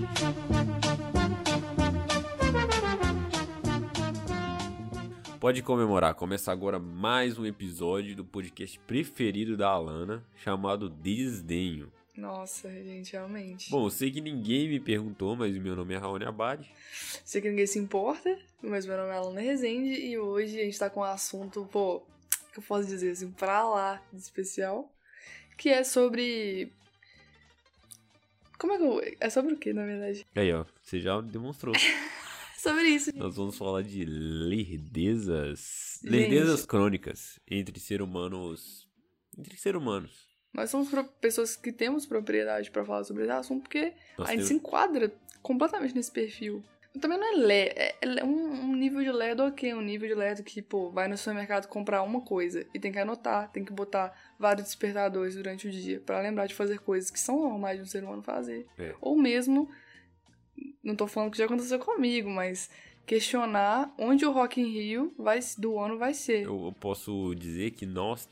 Pode comemorar, começa agora mais um episódio do podcast preferido da Alana, chamado Desdenho. Nossa, gente, realmente. Bom, eu sei que ninguém me perguntou, mas o meu nome é Raoni Abad. Sei que ninguém se importa, mas meu nome é Alana Rezende e hoje a gente tá com um assunto, que eu posso dizer assim, pra lá de especial, que é sobre... É sobre o que, na verdade? Aí, ó, você já demonstrou. Sobre isso. Nós vamos falar de lerdezas. Gente. Lerdezas crônicas entre seres humanos. Nós somos pessoas que temos propriedade pra falar sobre esse assunto, porque Nós a gente temos- se enquadra completamente nesse perfil. Também não é lerdo, é um nível de lerdo ok, um nível de lerdo que, vai no supermercado comprar uma coisa e tem que anotar, tem que botar vários despertadores durante o dia pra lembrar de fazer coisas que são normais de um ser humano fazer. É. Ou mesmo, não tô falando que já aconteceu comigo, mas questionar onde o Rock in Rio do ano vai ser. Eu posso dizer que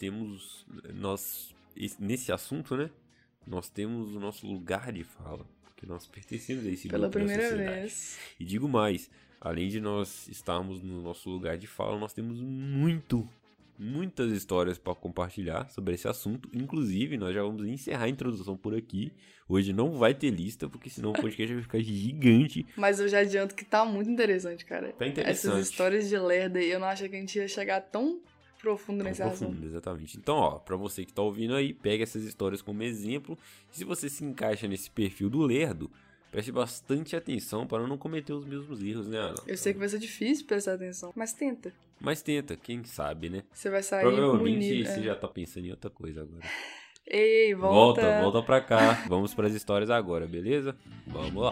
nesse assunto, né? Nós temos o nosso lugar de fala. Porque nós pertencemos a esse Pela grupo da primeira sociedade. vez. E digo mais, além de nós estarmos no nosso lugar de fala, nós temos muitas histórias para compartilhar sobre esse assunto. Inclusive, nós já vamos encerrar a introdução por aqui. Hoje não vai ter lista, porque senão o podcast vai ficar gigante. Mas eu já adianto que tá muito interessante, cara. Tá interessante. Essas histórias de lerda aí, eu não achei que a gente ia chegar tão profundo Tão nesse profundo, assunto. exatamente. Então, ó, pra você que tá ouvindo aí, pega essas histórias como exemplo. E se você se encaixa nesse perfil do lerdo, preste bastante atenção para não cometer os mesmos erros, né, Ana? Eu sei que vai ser difícil prestar atenção, mas tenta. Mas tenta, quem sabe, né? Você vai sair Provavelmente bonito. você já tá pensando em outra coisa agora. Ei, volta. Volta pra cá. Vamos pras histórias agora, beleza? Vamos lá.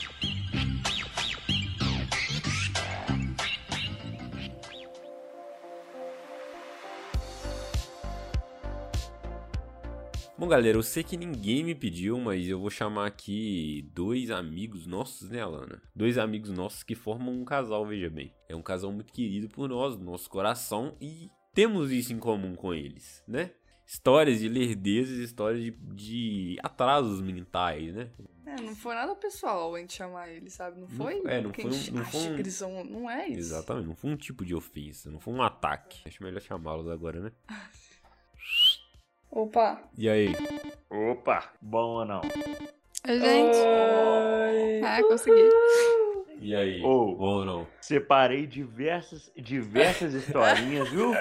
Bom, galera, eu sei que ninguém me pediu, mas eu vou chamar aqui dois amigos nossos, né, Alana? Dois amigos nossos que formam um casal, veja bem. É um casal muito querido por nós, do nosso coração, e temos isso em comum com eles, né? Histórias de lerdezas, histórias de atrasos mentais, né? Não foi nada pessoal a gente chamar eles, sabe? Não foi não que foi a gente não foi acha que eles são... Não é isso. Exatamente, não foi um tipo de ofensa, não foi um ataque. Acho melhor chamá-los agora, né? Opa. E aí? Opa, bom ou não? Oi, gente. Oi. Ah, consegui. E aí? Ô. Bom ou não? Separei diversas historinhas, viu?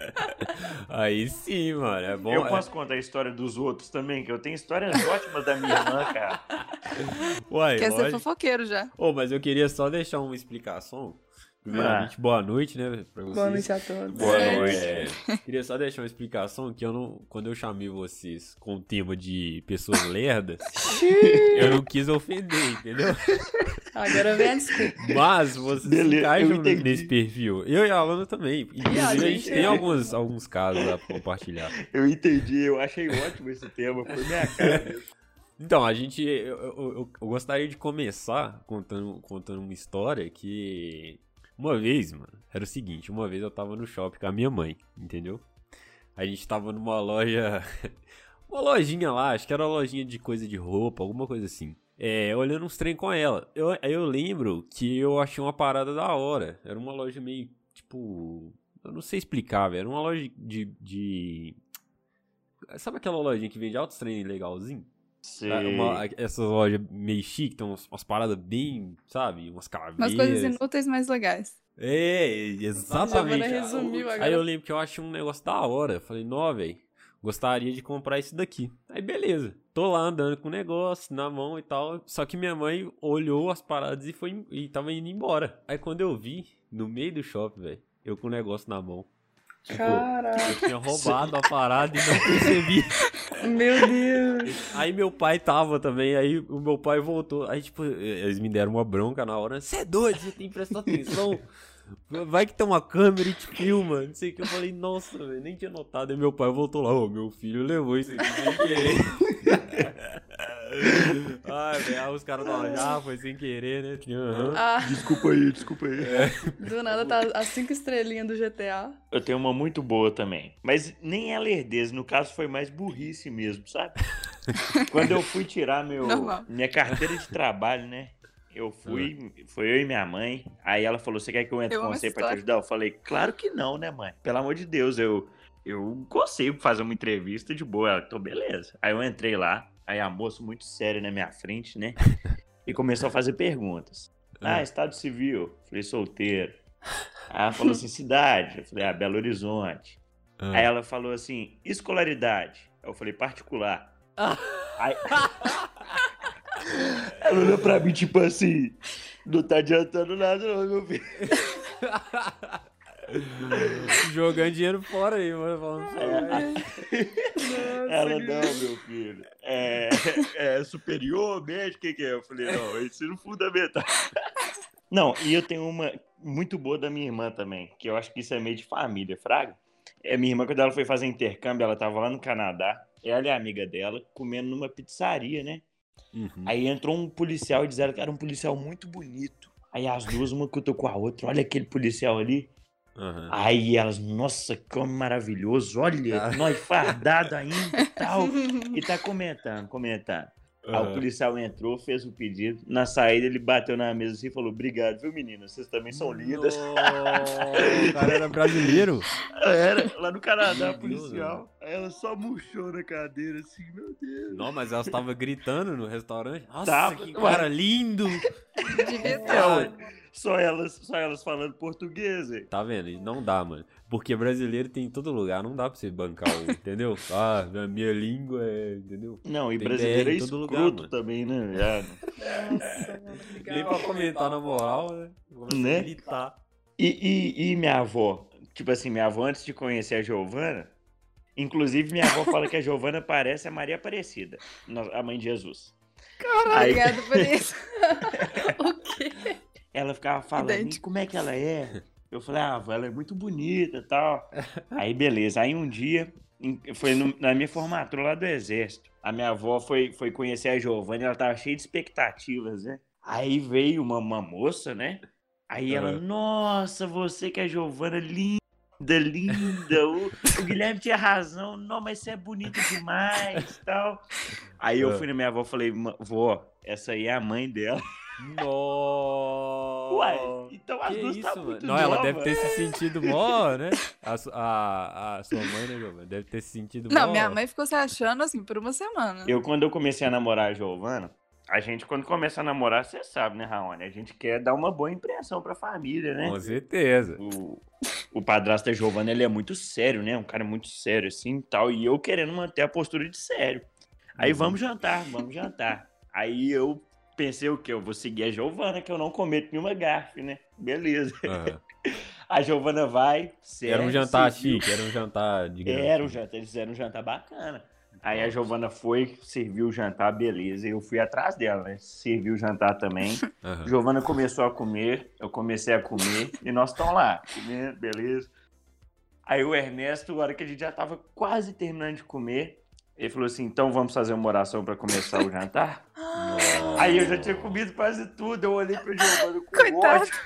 Aí sim, mano, é bom. Eu posso contar a história dos outros também, que eu tenho histórias ótimas da minha irmã, cara. Uai, Quer ser lógico. fofoqueiro já. Ô, mas eu queria só deixar uma explicação. Primeiramente, boa noite, né, pra vocês. Boa noite a todos. Boa noite. Queria só deixar uma explicação que quando eu chamei vocês com o tema de pessoas lerdas, eu não quis ofender, entendeu? Agora vem a desculpa. Mas vocês se Beleza, eu encaixam entendi. nesse perfil. Eu e a Alana também. Inclusive, a gente tem alguns casos a compartilhar. Eu entendi, eu achei ótimo esse tema, foi minha cara mesmo. Então, eu gostaria de começar contando uma história que... Uma vez, mano, era o seguinte, uma vez eu tava no shopping com a minha mãe, entendeu? A gente tava numa loja, uma lojinha lá, acho que era uma lojinha de coisa de roupa, alguma coisa assim. Olhando uns trem com ela. Eu lembro que eu achei uma parada da hora, era uma loja meio, tipo, eu não sei explicar, velho, era uma loja de... Sabe aquela lojinha que vende altos trem legalzinho? Sei. Essa loja meio chique, tem umas paradas bem, sabe? Umas caveiras. Umas coisas inúteis, mais legais. Exatamente. Giovana resumiu agora. Aí eu lembro que eu achei um negócio da hora. Eu falei, não, velho, gostaria de comprar isso daqui. Aí beleza. Tô lá andando com o negócio na mão e tal. Só que minha mãe olhou as paradas e tava indo embora. Aí quando eu vi, no meio do shopping, velho, eu com o negócio na mão. Tipo, Caraca. eu tinha roubado a parada e não percebi. Meu Deus. Aí meu pai tava também, aí o meu pai voltou. Aí, tipo, eles me deram uma bronca na hora. Você é doido, você tem que prestar atenção. Vai que tem uma câmera e te filma. Não sei o que. Eu falei, nossa, velho, nem tinha notado. Aí meu pai voltou lá, meu filho levou isso aqui sem querer. Ai, velho, os caras falam, foi sem querer, né? Uhum. Desculpa aí. Do nada tá as 5 estrelinhas do GTA. Eu tenho uma muito boa também. Mas nem é lerdeza, no caso foi mais burrice mesmo, sabe? Quando eu fui tirar Normal. minha carteira de trabalho, né? Foi eu e minha mãe. Aí ela falou: você quer que eu entre Eu com amo você essa pra te história. ajudar? Eu falei: claro que não, né, mãe? Pelo amor de Deus, eu consigo fazer uma entrevista de boa. Ela, então, beleza. Aí eu entrei lá, aí a moça muito séria na minha frente, né? E começou a fazer perguntas. Estado civil. Falei: solteiro. Aí ela falou assim: cidade. Eu falei: Belo Horizonte. Aí ela falou assim: escolaridade. Eu falei: particular. Aí... Ela olhou pra mim, tipo assim, não tá adiantando nada não, meu filho. Jogando dinheiro fora aí, mano. Falando Ela, não, meu filho. É superior, médio, o que é? Eu falei: não, é ensino fundamental. Não, e eu tenho uma muito boa da minha irmã também, que eu acho que isso é meio de família, fraga. Minha irmã, quando ela foi fazer intercâmbio, ela tava lá no Canadá, ela e a amiga dela, comendo numa pizzaria, né? Aí entrou um policial e disseram que era um policial muito bonito. Aí as duas, uma cutucou a outra: olha aquele policial ali. Aí elas: nossa, que homem maravilhoso, olha, nós fardado ainda e tal. E tá comentando. Aí o policial entrou, fez o pedido. Na saída ele bateu na mesa assim e falou: obrigado, viu, menina? Vocês também são lindas. O cara era brasileiro? Era, lá no Canadá, Meu Deus, policial. Aí ela só murchou na cadeira assim: meu Deus. Não, mas ela estava gritando no restaurante. Nossa, Tava, que cara lindo! Devia Ué, estar. só elas falando português, hein? Tá vendo? E não dá, mano. Porque brasileiro tem em todo lugar, não dá pra você bancar, entendeu? A minha língua é, entendeu? Não, e Tem brasileiro BR é em todo escroto lugar, mano. também, né? Nossa, mano, legal. Nem pra comentar na moral, né? Começa Né? a gritar. E minha avó? Tipo assim, minha avó, antes de conhecer a Giovana, inclusive minha avó fala que a Giovana parece a Maria Aparecida, a mãe de Jesus. Aí Obrigada por isso. O quê? ela ficava falando: e Idêntico. como é que ela é? Eu falei: avó, ela é muito bonita e tal. Aí beleza, aí um dia, foi na minha formatura lá do Exército, a minha avó foi conhecer a Giovana e ela tava cheia de expectativas, né? Aí veio uma moça, né? Aí ela: nossa, você que é a Giovana, linda. O Guilherme tinha razão. Não, mas você é bonita demais, tal. Aí eu fui na minha avó e falei: vó, essa aí é a mãe dela. Nossa! Uai, então as Que duas isso, tá mano? muito Não, ela nova. deve ter se sentido mó, né? A sua mãe, né, Giovana? Deve ter se sentido mó. Não, minha mãe ficou se achando assim por uma semana. Quando eu comecei a namorar a Giovana, a gente, quando começa a namorar, você sabe, né, Raoni? A gente quer dar uma boa impressão pra família, né? Com certeza. O padrasto da Giovana, ele é muito sério, né? Um cara muito sério, assim, e tal. E eu querendo manter a postura de sério. Aí, vamos jantar. Aí eu pensei o quê? Eu vou seguir a Giovana, que eu não cometo nenhuma gafe, né? Beleza. A Giovana vai, Era um jantar serviu. chique, era um jantar de grande. Era um jantar, eles fizeram um jantar bacana. Aí a Giovana foi, serviu o jantar, beleza. Eu fui atrás dela, né? Serviu o jantar também. Giovana começou a comer, eu comecei a comer. E nós estamos lá, comendo, beleza. Aí o Ernesto, na hora que a gente já tava quase terminando de comer, ele falou assim: então vamos fazer uma oração pra começar o jantar? Aí eu já tinha comido quase tudo, eu olhei pra Giovana com Coitado. ódio.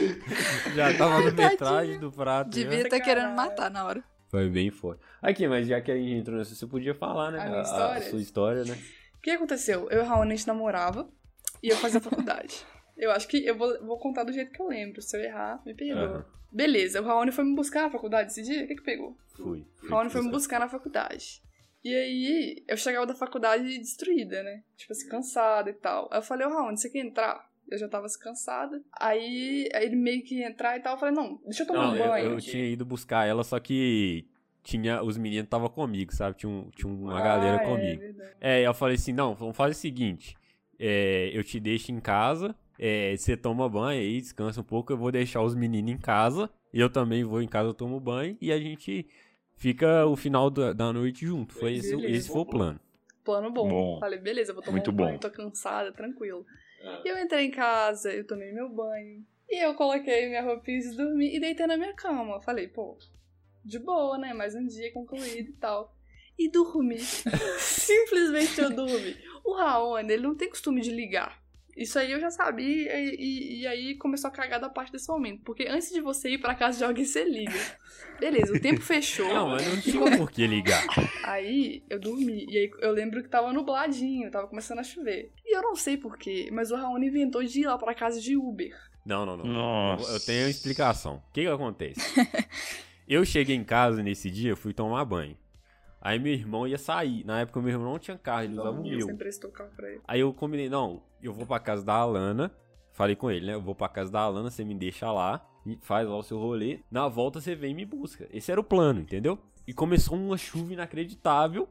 Já tava no Tadinho. metragem do prato. Devia já. estar querendo matar na hora. Foi bem forte. Aqui, mas já que a gente entrou nessa, você podia falar, né? A minha história? A sua história, né? O que aconteceu? Eu e o Raoni, a gente namorava e eu fazia faculdade. Eu acho que eu vou contar do jeito que eu lembro. Se eu errar, me perdoa. Beleza, o Raoni foi me buscar na faculdade esse dia? O que pegou? Fui. O Raoni foi me buscar na faculdade. E aí, eu chegava da faculdade destruída, né? Tipo assim, cansada e tal. Aí eu falei: ô Raoni, você quer entrar? Eu já tava cansada. Aí ele meio que ia entrar e tal. Eu falei: não, deixa eu tomar um banho. Eu tinha ido buscar ela, só que os meninos estavam comigo, sabe? Tinha uma galera comigo. Eu falei assim: não, vamos fazer o seguinte. Eu te deixo em casa, você toma banho aí, descansa um pouco, eu vou deixar os meninos em casa, e eu também vou em casa, eu tomo banho, e a gente fica o final da noite junto. Esse foi o plano. Plano bom. Falei: beleza, eu vou tomar Muito um banho, bom. tô cansada, tranquilo. E eu entrei em casa, eu tomei meu banho, e eu coloquei minha roupinha de dormir e deitei na minha cama. Falei: pô, de boa, né? Mais um dia concluído e tal. E dormi. Simplesmente eu dormi. O Raoni, ele não tem costume de ligar. Isso aí eu já sabia e aí começou a cagar da parte desse momento. Porque antes de você ir pra casa de alguém, você liga. Beleza, o tempo fechou. Não, mas não tinha por que ligar. Aí eu dormi. E aí eu lembro que tava nubladinho, tava começando a chover. E eu não sei porquê, mas o Raoni inventou de ir lá pra casa de Uber. Não. Nossa. Eu tenho uma explicação. O que acontece? Eu cheguei em casa nesse dia, fui tomar banho. Aí meu irmão ia sair. Na época meu irmão não tinha carro, ele usava o meu. Você emprestou o carro pra ele. Aí eu combinei, não, eu vou pra casa da Alana. Falei com ele, né? Eu vou pra casa da Alana, você me deixa lá, e faz lá o seu rolê. Na volta você vem e me busca. Esse era o plano, entendeu? E começou uma chuva inacreditável.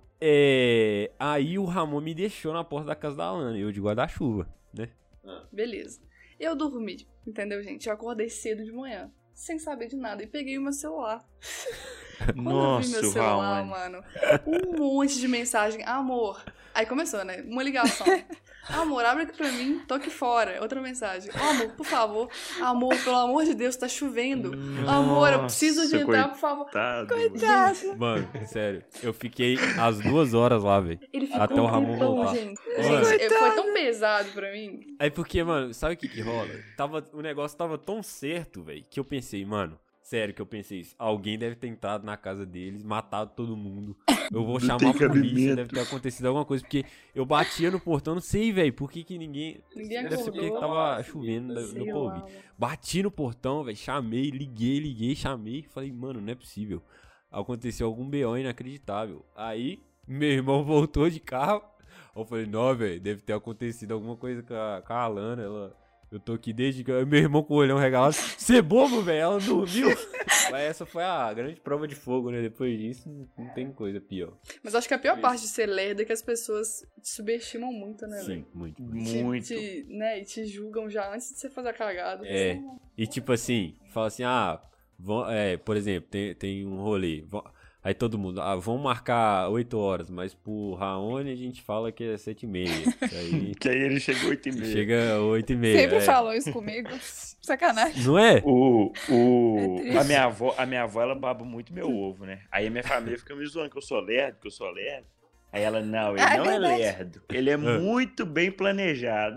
Aí o Ramon me deixou na porta da casa da Alana, eu de guarda-chuva, né? Beleza. Eu dormi, entendeu, gente? Eu acordei cedo de manhã, sem saber de nada, e peguei o meu celular. Quando eu vi meu Nossa, celular, Raoni. mano, um monte de mensagem. Amor. Aí começou, né? Uma ligação. Amor, abre aqui pra mim, tô aqui fora. Outra mensagem. Amor, por favor. Amor, pelo amor de Deus, tá chovendo. Amor, eu preciso de entrar, por favor. Coitado. Mano, sério, eu fiquei as 2 horas lá, velho. Ele ficou Até o Ramon tempão, voltar. gente. Mano. Gente, foi tão pesado pra mim. Aí porque, mano, sabe o que rola? O negócio tava tão certo, velho, que eu pensei, mano, sério que eu pensei isso. Alguém deve ter entrado na casa deles, matado todo mundo. Eu vou chamar a tem polícia, cabimento. deve ter acontecido alguma coisa. Porque eu batia no portão, não sei, velho, por que ninguém... Ninguém Deve ser porque acordou. tava chovendo, Sei deu pra lá, ouvir. mano. Bati no portão, velho, chamei, liguei, chamei. Falei, mano, não é possível. Aconteceu algum BO inacreditável. Aí, meu irmão voltou de carro. Eu falei, não, velho, deve ter acontecido alguma coisa com a Alana. Eu tô aqui desde que... Meu irmão com o olhão regalado. Você é bobo, velho, ela dormiu. Mas essa foi a grande prova de fogo, né? Depois disso, não tem coisa pior. Mas acho que a pior parte de ser lerdo é que as pessoas te subestimam muito, né, Sim, velho? muito. Muito. Né, e te julgam já antes de você fazer a cagada. É. E tipo assim, fala assim, por exemplo, tem um rolê. Aí todo mundo, vamos marcar 8 horas, mas pro Raoni a gente fala que é 7h30. Aí Que aí ele chegou 8h30. chega 8h30. Sempre falam isso comigo. Sacanagem. Não é? É triste. A minha avó, ela baba muito meu ovo, né? Aí a minha família fica me zoando que eu sou lerdo. Aí ela, não, ele Ah, é não é verdade. lerdo. Ele é muito bem planejado.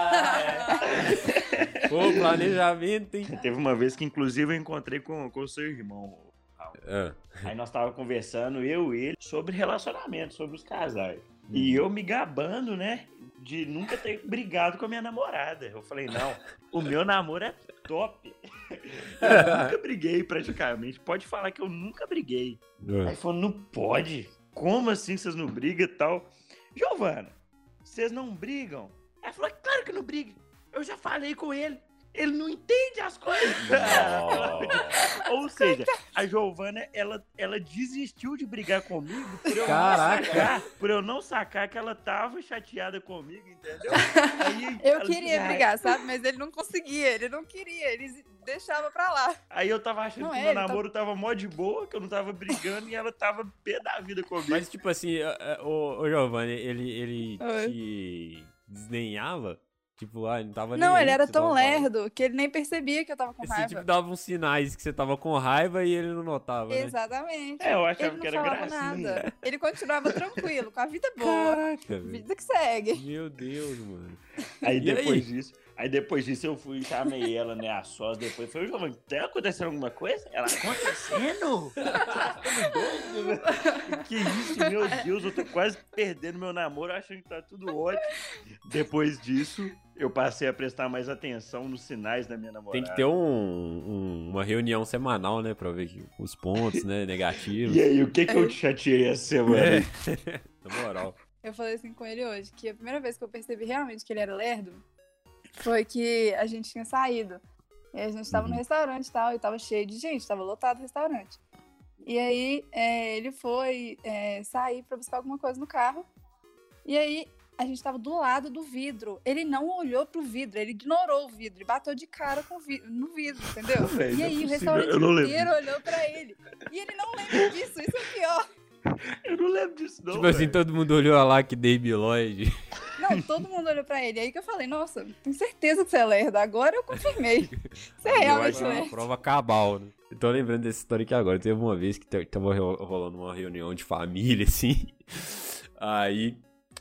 Pô, planejamento, hein? Teve uma vez que, inclusive, eu encontrei com o seu irmão. Ah, Aí nós tava conversando, eu e ele, sobre relacionamento, sobre os casais. E eu me gabando, né, de nunca ter brigado com a minha namorada. Eu falei, não, o meu namoro é top. Eu nunca briguei, praticamente. Pode falar que eu nunca briguei. Aí ele falou, não pode. Como assim vocês não brigam e tal? Giovana, vocês não brigam? Ela falou, claro que não briga. Eu já falei com ele. Ele não entende as coisas. Ou seja, a Giovana, ela desistiu de brigar comigo Caraca. por eu não sacar que ela tava chateada comigo, entendeu? Aí, Eu ela queria disse, brigar, sabe? Mas ele não conseguia, ele não queria, ele deixava pra lá. Aí eu tava achando Não que é, meu ele tá- namoro tava mó de boa, que eu não tava brigando e ela tava pé da vida comigo. mas tipo assim, o Giovanni, ele Oi. te desdenhava? Tipo, ele não tava nem Não, aí ele que era você tão tava falando. lerdo que ele nem percebia que eu tava com Você raiva. tipo dava uns sinais que você tava com raiva e ele não notava, né? Exatamente. Eu achava Ele que não era falava gracinha. nada. Ele continuava tranquilo, com a vida boa. Caraca, velho. Vida que segue. Meu Deus, mano. Aí E depois disso eu fui e chamei ela, né, a sós, depois falei, Giovana, tá acontecendo alguma coisa? Ela, acontecendo? Tá ficando doido, né? Que isso, meu Deus, eu tô quase perdendo meu namoro, achando que tá tudo ótimo. Depois disso, eu passei a prestar mais atenção nos sinais da minha namorada. Tem que ter uma reunião semanal, né? Pra ver os pontos, né? Negativos. E aí, o que eu te chateei essa semana? É. Na moral. Eu falei assim com ele hoje, que a primeira vez que eu percebi realmente que ele era lerdo foi que a gente tinha saído. E a gente tava no restaurante e tal, e tava cheio de gente, tava lotado o restaurante. E aí ele foi sair pra buscar alguma coisa no carro. E aí a gente tava do lado do vidro. Ele não olhou pro vidro, ele ignorou o vidro e bateu de cara no vidro, entendeu? Véi, E não é aí o possível, restaurante eu não lembro inteiro olhou pra ele. E ele não lembra disso, isso é pior. Eu não lembro disso, não. Tipo assim, velho. todo mundo olhou lá que Dave Lloyd. Não, todo mundo olhou pra ele. Aí que eu falei, nossa, tenho certeza que você é lerdo. Agora eu confirmei. Você é Eu realmente acho uma lerdo. prova cabal, né? Eu tô lembrando dessa história aqui agora. Teve uma vez que tava rolando uma reunião de família, assim. Aí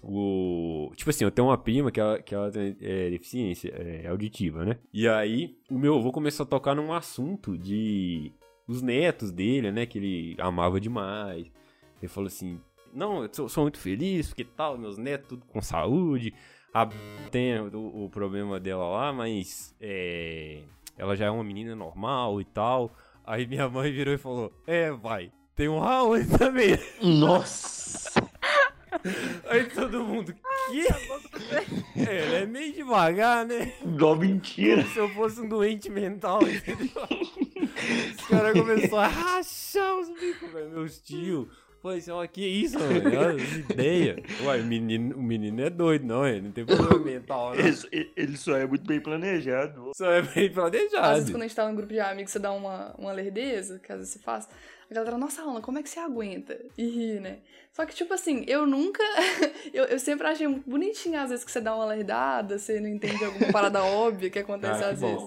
Tipo assim, eu tenho uma prima que ela tem deficiência auditiva, né? E aí, o meu avô começou a tocar num assunto de os netos dele, né? Que ele amava demais. Ele falou assim, não, eu sou muito feliz, porque tal, meus netos tudo com saúde. A tem o problema dela lá, mas ela já é uma menina normal e tal. Aí minha mãe virou e falou, vai, tem um Raoni também. Nossa! Aí todo mundo, que? Ele é meio devagar, né? Igual mentira. Como se eu fosse um doente mental, entendeu? Os caras começaram a rachar os bicos, velho. Meus tios. Falei assim, ó, que isso, velho? Olha as ideias. Uai, o menino é doido, não, ele não tem problema mental, não. Ele só é muito bem planejado. Só é bem planejado. Às vezes quando a gente tá num grupo de amigos, você dá uma lerdeza, que às vezes você faz, a galera, nossa, Ana, como é que você aguenta? E ri, né? Só que, tipo assim, eu nunca... eu sempre achei muito bonitinho, às vezes, que você dá uma lerdada, você não entende alguma parada óbvia que acontece às vezes.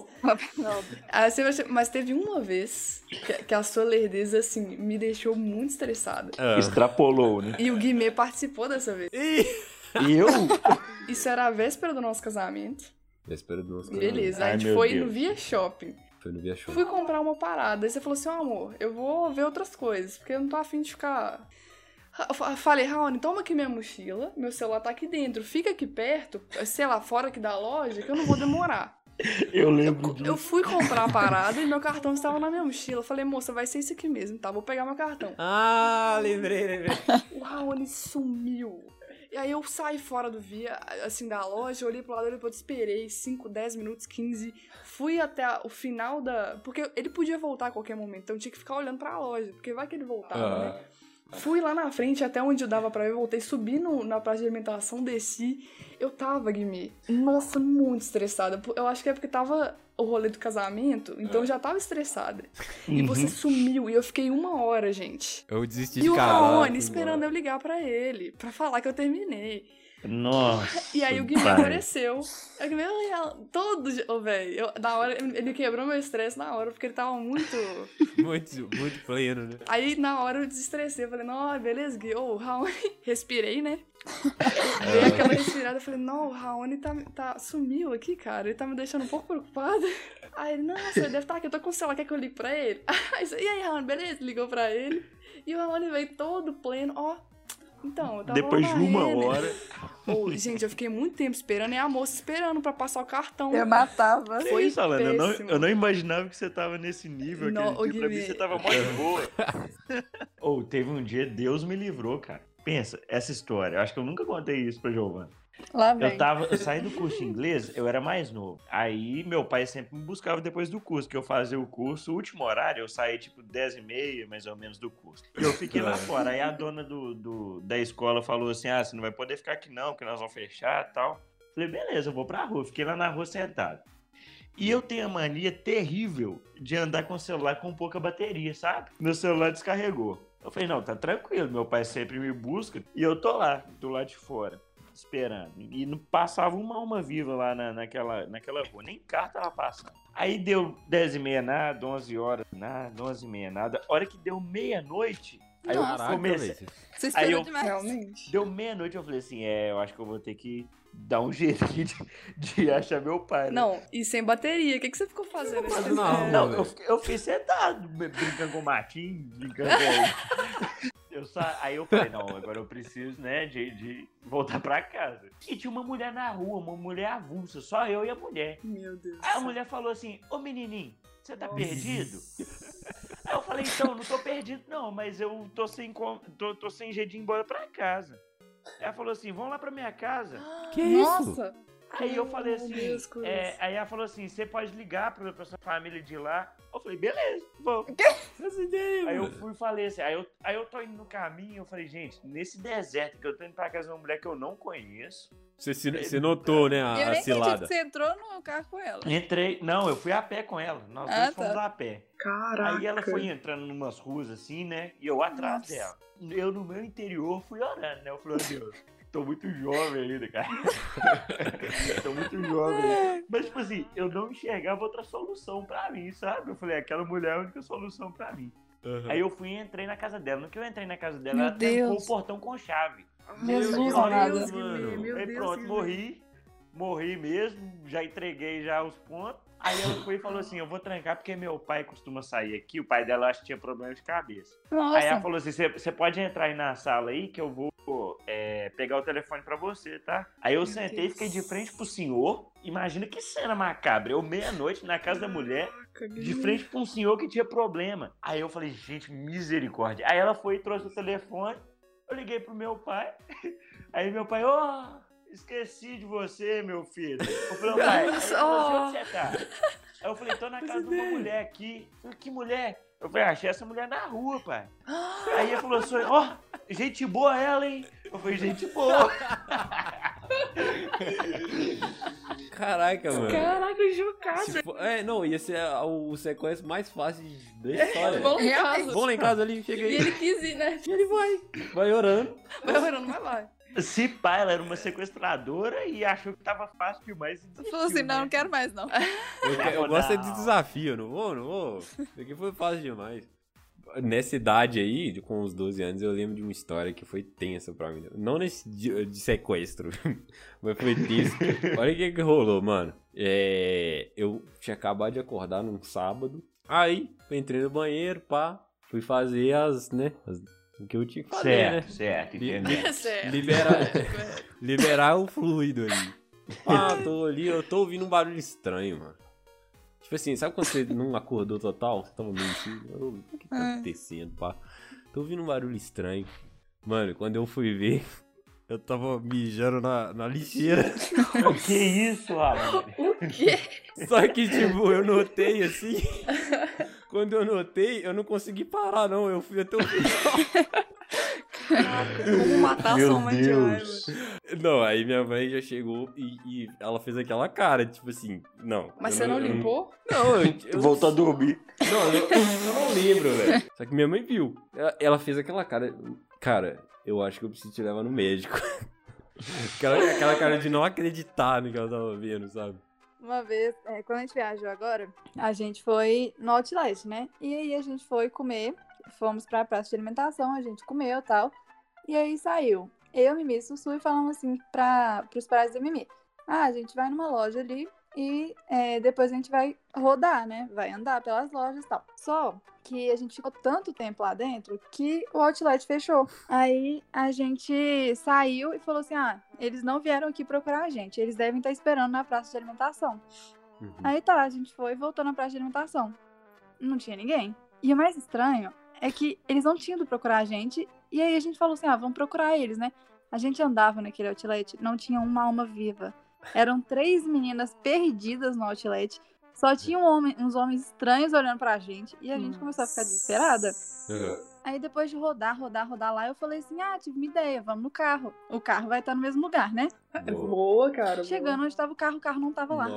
Aí, mas teve uma vez que a sua lerdeza, assim, me deixou muito estressada. Extrapolou, né? E o Guimê participou dessa vez. E eu? Isso era a véspera do nosso casamento. Véspera do nosso casamento. Beleza, a gente foi no Via Shopping. Foi no Via Shopping. Fui comprar uma parada. Aí você falou assim, amor, eu vou ver outras coisas, porque eu não tô afim de ficar... Eu falei, Raoni, toma aqui minha mochila, meu celular tá aqui dentro, fica aqui perto, sei lá, fora aqui da loja, que eu não vou demorar. Eu lembro disso. Eu fui comprar a parada e meu cartão estava na minha mochila. Eu falei, moça, vai ser isso aqui mesmo, tá? Vou pegar meu cartão. Ah, lembrei. O Raoni sumiu. E aí eu saí fora do Via, assim, da loja, olhei pro lado, depois esperei 5, 10 minutos, 15, fui até o final da... Porque ele podia voltar a qualquer momento, então eu tinha que ficar olhando pra loja, porque vai que ele voltava, né? Fui lá na frente, até onde eu dava pra ver, voltei, subi na praça de alimentação, desci. Eu tava, Guimê, nossa, muito estressada. Eu acho que é porque tava o rolê do casamento, então eu já tava estressada. E você sumiu, e eu fiquei 1 hora, gente. Eu desisti E de o casar. Raoni esperando eu ligar pra ele, pra falar que eu terminei. Nossa. E aí o Guimê apareceu. O Guimê, todo... velho, na hora, ele quebrou meu estresse na hora, porque ele tava muito... muito pleno, né? Aí, na hora, eu desestressei. Eu falei, não, beleza, Gui. Ô, o Raoni... Respirei, né? Dei aquela respirada. Eu falei, não, o Raoni sumiu aqui, cara. Ele tá me deixando um pouco preocupada. Aí ele, nossa, ele deve estar aqui. Eu tô com o celular, quer que eu ligue pra ele? E aí, Raoni, beleza? Ligou pra ele. E o Raoni veio todo pleno. Ó, então, eu tava depois de 1 hora. Ô, gente, eu fiquei muito tempo esperando. E a moça esperando pra passar o cartão. Eu matava. Foi isso, Alana, péssimo. eu não imaginava que você tava nesse nível. Não, aquele dia, pra mim, você tava mó de boa. Teve um dia, Deus me livrou, cara. Pensa, essa história. Eu acho que eu nunca contei isso pra Giovana. Lá vem. Eu saí do curso de inglês, eu era mais novo. Aí meu pai sempre me buscava depois do curso, que eu fazia o curso, o último horário, eu saí tipo 10h30, mais ou menos, do curso. E eu fiquei lá fora. Aí a dona da escola falou assim, você não vai poder ficar aqui não, porque nós vamos fechar e tal. Falei, beleza, eu vou pra rua. Fiquei lá na rua sentado. E eu tenho a mania terrível de andar com o celular com pouca bateria, sabe? Meu celular descarregou. Eu falei, não, tá tranquilo, meu pai sempre me busca. E eu tô lá, do lado de fora, esperando. E não passava uma alma viva lá naquela rua, nem carro tava passando. Aí deu 10h30 nada, 11 horas nada, 11h30 nada. A hora que deu meia-noite, aí Nossa. eu comecei... Você esperou Aí eu- demais. Realmente. Deu meia-noite, eu falei assim, eu acho que eu vou ter que dar um jeito aqui de achar meu pai, né? Não, e sem bateria. O que você ficou fazendo? fazendo na rua? Não, eu fiquei sentado, brincando com o Martim, brincando com... Aí eu falei, não, agora eu preciso, né, de voltar pra casa. E tinha uma mulher na rua, uma mulher avulsa, só eu e a mulher. Meu Deus. Aí a mulher falou assim, ô menininho, você tá perdido? Aí eu falei, então, não tô perdido não, mas eu tô sem jeito de ir embora pra casa. Aí ela falou assim, vamos lá pra minha casa. Que isso? Nossa! Aí eu falei assim, Meu Deus, Cruz. aí ela falou assim, você pode ligar pra sua família de lá? Eu falei, beleza, vamos. Essa ideia, Aí eu mano. fui e falei assim, aí eu tô indo no caminho, eu falei, gente, nesse deserto que eu tô indo pra casa de uma mulher que eu não conheço. Você notou, né, Eu a nem acredito cilada. que você entrou no carro com ela. Entrei, não, eu fui a pé com ela, nós dois fomos a pé. Caraca. Aí ela foi entrando numas ruas assim, né, e eu atrás Nossa. dela. Eu no meu interior fui orando, né, eu falei, oh, Deus, tô muito jovem ainda, cara. Tô muito jovem ainda. Mas, tipo assim, eu não enxergava outra solução pra mim, sabe? Eu falei, aquela mulher é a única solução pra mim. Uhum. Aí eu fui e entrei na casa dela. No que eu entrei na casa dela, Meu ela trancou Deus. o portão com chave. Jesus Meu amado. Deus, mano. Meu Aí Deus, pronto, Guilherme. morri mesmo, já entreguei já os pontos. Aí ela foi e falou assim, eu vou trancar porque meu pai costuma sair aqui, o pai dela acho que tinha problema de cabeça. Nossa. Aí ela falou assim, você pode entrar aí na sala aí que eu vou pegar o telefone pra você, tá? Aí eu sentei e fiquei de frente pro senhor. Imagina que cena macabra, eu meia-noite na casa da mulher, de frente pra um senhor que tinha problema. Aí eu falei, gente, misericórdia. Aí ela foi e trouxe o telefone, eu liguei pro meu pai, aí meu pai, esqueci de você, meu filho. Eu falei, pai, aí ele falou assim, onde você tá? Aí eu falei, tô na casa de uma mulher aqui. Eu falei, que mulher? Eu falei, achei essa mulher na rua, pai. Aí ele falou assim, gente boa ela, hein? Eu falei, gente boa. Caraca, mano. Caraca, chocado. Não, ia ser o sequestro mais fácil da história. Vamos lá em casa. Vamos lá em casa ali, chega E aí. ele quis ir, né? E ele vai orando. Vai orando, mas vai. Se pá, ela era uma sequestradora e achou que tava fácil demais. E Falou assim, desistiu, não, né? não quero mais, não. Eu gosto de desafio, não vou. Isso aqui foi fácil demais. Nessa idade aí, com os 12 anos, eu lembro de uma história que foi tensa pra mim. Não nesse de sequestro, mas foi tenso. Olha o que rolou, mano. Eu tinha acabado de acordar num sábado. Aí, eu entrei no banheiro, fui fazer o que eu tinha que fazer, né? Certo, entendeu? Certo. Liberar o fluido ali. Tô ali, eu tô ouvindo um barulho estranho, mano. Tipo assim, sabe quando você não acordou total? Você tava meio assim, o que tá acontecendo, Tô ouvindo um barulho estranho. Mano, quando eu fui ver, eu tava mijando na lixeira. Que isso, Alan? O quê? Só que, tipo, eu notei assim. Quando eu notei, eu não consegui parar, não. Eu fui até o final. Como matar Meu sua mãe de Deus. raiva. Não, aí minha mãe já chegou e ela fez aquela cara, tipo assim, não. Mas eu você não limpou? Não, eu Voltou a dormir. Não, eu não lembro, velho. Só que minha mãe viu. Ela fez aquela cara. Cara, eu acho que eu preciso te levar no médico. Aquela cara de não acreditar no que ela tava vendo, sabe? Uma vez, quando a gente viajou agora, a gente foi no Outlet, né? E aí a gente foi comer, fomos pra praça de alimentação, a gente comeu e tal. E aí saiu eu, Mimi e Sussu e falamos assim pros pais da Mimi. A gente vai numa loja ali e depois a gente vai rodar, né? Vai andar pelas lojas e tal. Só que a gente ficou tanto tempo lá dentro que o Outlet fechou. Aí a gente saiu e falou assim, eles não vieram aqui procurar a gente, eles devem estar esperando na praça de alimentação. Uhum. Aí tá, a gente foi e voltou na praça de alimentação. Não tinha ninguém. E o mais estranho é que eles não tinham ido procurar a gente. E aí a gente falou assim, vamos procurar eles, né? A gente andava naquele outlet, não tinha uma alma viva. Eram 3 meninas perdidas no outlet. Só tinha uns homens estranhos olhando pra gente. E a gente começou a ficar desesperada. Uhum. Aí depois de rodar lá, eu falei assim, tive uma ideia, vamos no carro. O carro vai estar no mesmo lugar, né? Boa, cara. Chegando onde estava o carro não tava lá.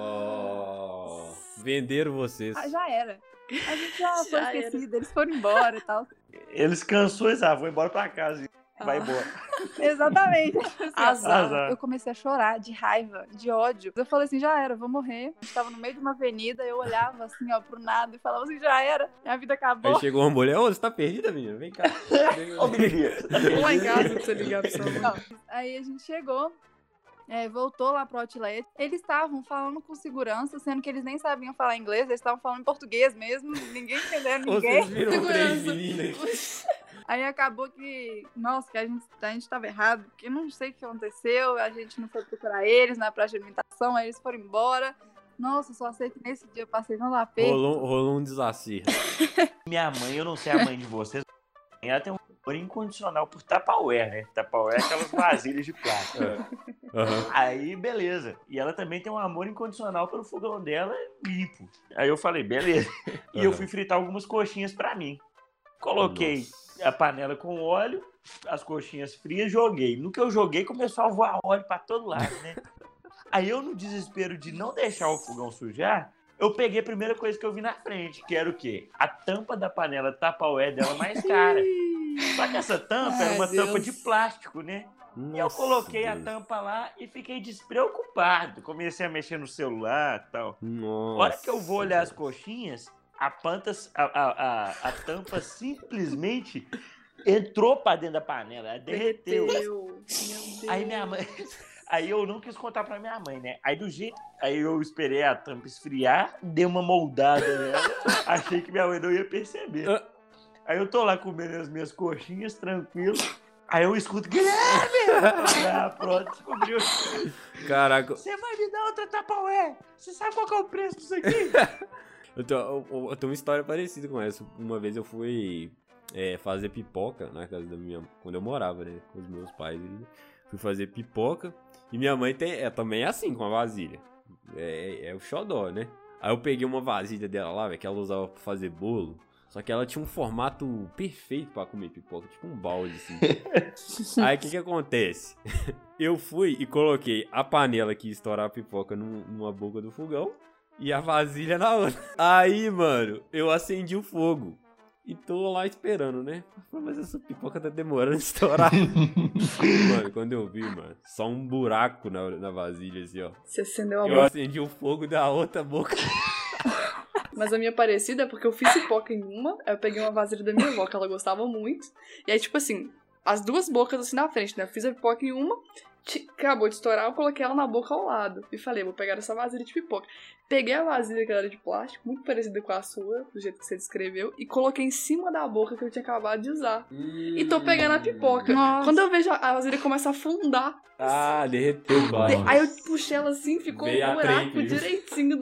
Nossa. Venderam vocês. Já era. A gente já foi Já era. esquecido, eles foram embora e tal. Eles cansou e vou embora pra casa. Vai embora. Exatamente. Azar. Eu comecei a chorar de raiva, de ódio. Eu falei assim, já era, eu vou morrer. A gente tava no meio de uma avenida, eu olhava assim, pro nada e falava assim, já era, minha vida acabou. Aí chegou uma mulher, você tá perdida, menina? Vem cá. Ô, menininha. Vou lá em casa pra você ligar pra sua mãe. Não. Aí a gente chegou, voltou lá pro outlet. Eles estavam falando com segurança, sendo que eles nem sabiam falar inglês, eles estavam falando em português mesmo, ninguém entendeu ninguém. Vocês viram Segurança. 3 meninas. Aí acabou que, nossa, que a gente tava errado, porque não sei o que aconteceu, a gente não foi procurar eles na praça de alimentação, aí eles foram embora. Nossa, só sei que nesse dia eu passei no aperto. Rolou um desafio. Minha mãe, eu não sei a mãe de vocês, ela tem um amor incondicional por Tupperware, né? Tupperware é aquelas vasilhas de plástico. Uhum. Aí, beleza. E ela também tem um amor incondicional pelo fogão dela limpo. Aí eu falei, beleza. E eu fui fritar algumas coxinhas pra mim. Coloquei a panela com óleo, as coxinhas frias, joguei. No que eu joguei, começou a voar óleo pra todo lado, né? Aí eu, no desespero de não deixar o fogão sujar, eu peguei a primeira coisa que eu vi na frente, que era o quê? A tampa da panela Tupperware dela mais cara. Só que essa tampa era uma tampa de plástico, né? E eu coloquei a tampa lá e fiquei despreocupado. Comecei a mexer no celular e tal. Nossa. A hora que eu vou olhar as coxinhas, a tampa simplesmente entrou pra dentro da panela, ela derreteu. Meu Deus. Aí minha mãe. Aí eu não quis contar pra minha mãe, né? Aí eu esperei a tampa esfriar, dei uma moldada nela, achei que minha mãe não ia perceber. Aí eu tô lá comendo as minhas coxinhas, tranquilo. Aí eu escuto, Guilherme! Ah, pronto, descobriu. Caraca. Você vai me dar outra Tupperware? Você sabe qual que é o preço disso aqui? Eu tenho uma história parecida com essa. Uma vez eu fui fazer pipoca na casa da minha... Quando eu morava, né? Com os meus pais. Fui fazer pipoca. E minha mãe também é assim, com a vasilha. É o xodó, né? Aí eu peguei uma vasilha dela lá, velho, que ela usava pra fazer bolo. Só que ela tinha um formato perfeito pra comer pipoca, tipo um balde, assim. Aí o que acontece? Eu fui e coloquei a panela que ia estourar a pipoca numa boca do fogão e a vasilha na outra. Aí, mano, eu acendi o fogo. E tô lá esperando, né? Mas essa pipoca tá demorando a estourar. Mano, quando eu vi, mano, só um buraco na vasilha, assim, ó. Você acendeu a Eu boca. acendi o fogo da outra boca. Mas a minha parecida é porque eu fiz pipoca em uma, aí eu peguei uma vasilha da minha avó, que ela gostava muito. E aí, tipo assim, as duas bocas assim na frente, né? Eu fiz a pipoca em uma, acabou de estourar, eu coloquei ela na boca ao lado. E falei, vou pegar essa vasilha de pipoca. Peguei a vasilha que era de plástico, muito parecida com a sua, do jeito que você descreveu, e coloquei em cima da boca que eu tinha acabado de usar. E tô pegando a pipoca. Nossa. Quando eu vejo a vasilha começa a afundar. Ah, derreteu, claro. Aí eu puxei ela assim, ficou Veio um a buraco trempe. direitinho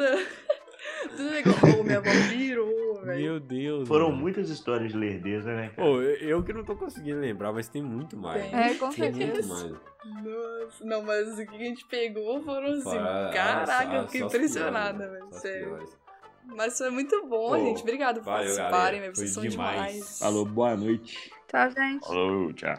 do negócio. Ô, minha avó virou, velho. Meu Deus, Foram mano. muitas histórias de lerdeza, né, cara? Pô, eu que não tô conseguindo lembrar, mas tem muito mais. Tem. né? Com Tem muito certeza. mais. Nossa, não, mas o que a gente pegou foram assim. Fora- Caraca, eu só fiquei as impressionada, piores, velho. só as Sério. piores. Mas foi muito bom, Pô, gente. Obrigado por valeu, participarem, galera. velho. Vocês Foi são demais. demais. Alô, boa noite. Tchau, gente. Alô, tchau.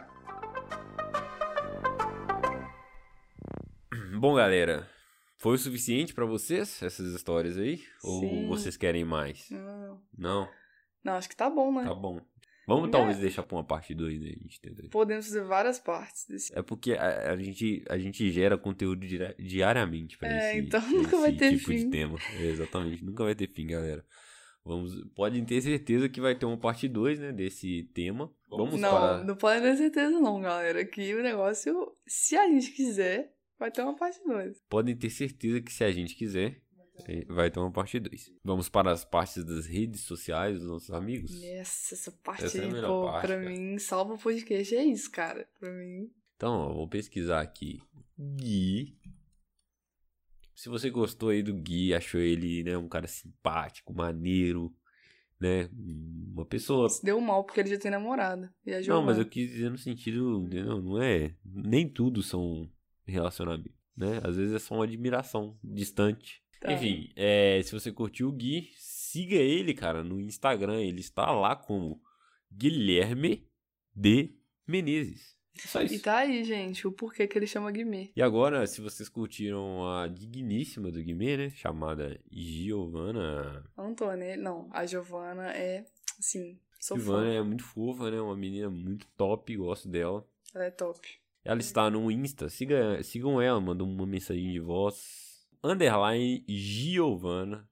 Bom, galera, foi o suficiente pra vocês, essas histórias aí? Sim. Ou vocês querem mais? Não. Não? Não, acho que tá bom, né? Tá bom. Vamos É. talvez deixar pra uma parte 2 aí, a gente entendeu? Podemos fazer várias partes desse. É porque a gente gera conteúdo diariamente pra Então nunca vai ter tipo de fim. tema. Exatamente, nunca vai ter fim, galera. Podem ter certeza que vai ter uma parte 2, né, desse tema. Vamos para... Não pode ter certeza não, galera. Que o negócio, se a gente quiser, vai ter uma parte 2. Podem ter certeza que se a gente quiser, vai ter uma parte 2. Vamos para as partes das redes sociais dos nossos amigos? Essa parte Essa é a aí, melhor pô, parte, pra cara. mim, salva o podcast. É isso, cara. Pra mim. Então, ó, vou pesquisar aqui. Gui. Se você gostou aí do Gui, achou ele, né, um cara simpático, maneiro, né, uma pessoa... Se deu mal porque ele já tem namorada. E a Não, Giovana. mas eu quis dizer no sentido, entendeu? Não é... Nem tudo são relacionamentos, né? Às vezes é só uma admiração distante. Tá. Enfim, se você curtiu o Gui, siga ele, cara, no Instagram. Ele está lá como Guilherme de Menezes. Só isso. E tá aí, gente, o porquê que ele chama Guimê. E agora, se vocês curtiram a digníssima do Guimê, né? Chamada Giovana. Antônia, não, a Giovana é, assim, sou Giovana fã. é muito fofa, né? Uma menina muito top, gosto dela. Ela é top. Ela está no Insta, sigam ela, manda uma mensagem de voz. _ Giovana,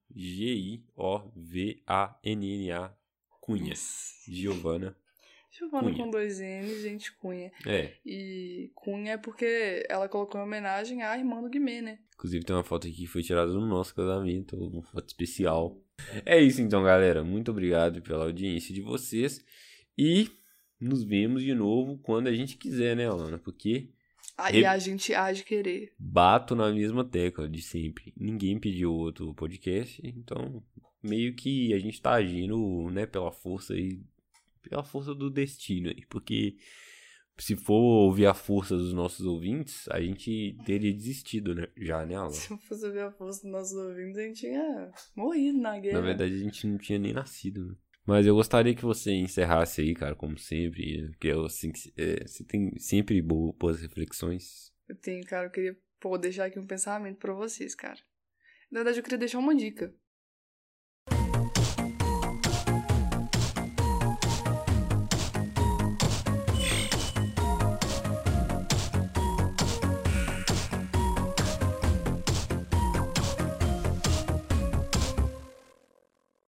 Giovanna Cunha. Giovana. Giovana Cunha. com 2 N's, gente, Cunha. É, E Cunha é porque ela colocou em homenagem à irmã do Guimê, né? inclusive tem uma foto aqui que foi tirada no nosso casamento, uma foto especial. É isso então, galera. Muito obrigado pela audiência de vocês. E nos vemos de novo quando a gente quiser, né, Alana? Porque E a gente há de querer. bato na mesma tecla de sempre. Ninguém pediu outro podcast, então meio que a gente tá agindo, né, pela força do destino aí, porque se for ouvir a força dos nossos ouvintes, a gente teria desistido, né, já, né, Alan? Se eu fosse ver a força dos nossos ouvintes, a gente tinha morrido na guerra. Na verdade, a gente não tinha nem nascido, né? Mas eu gostaria que você encerrasse aí, cara, como sempre, né? Porque assim, você tem sempre boas reflexões. Eu tenho, cara, eu queria deixar aqui um pensamento pra vocês, cara. Na verdade, eu queria deixar uma dica.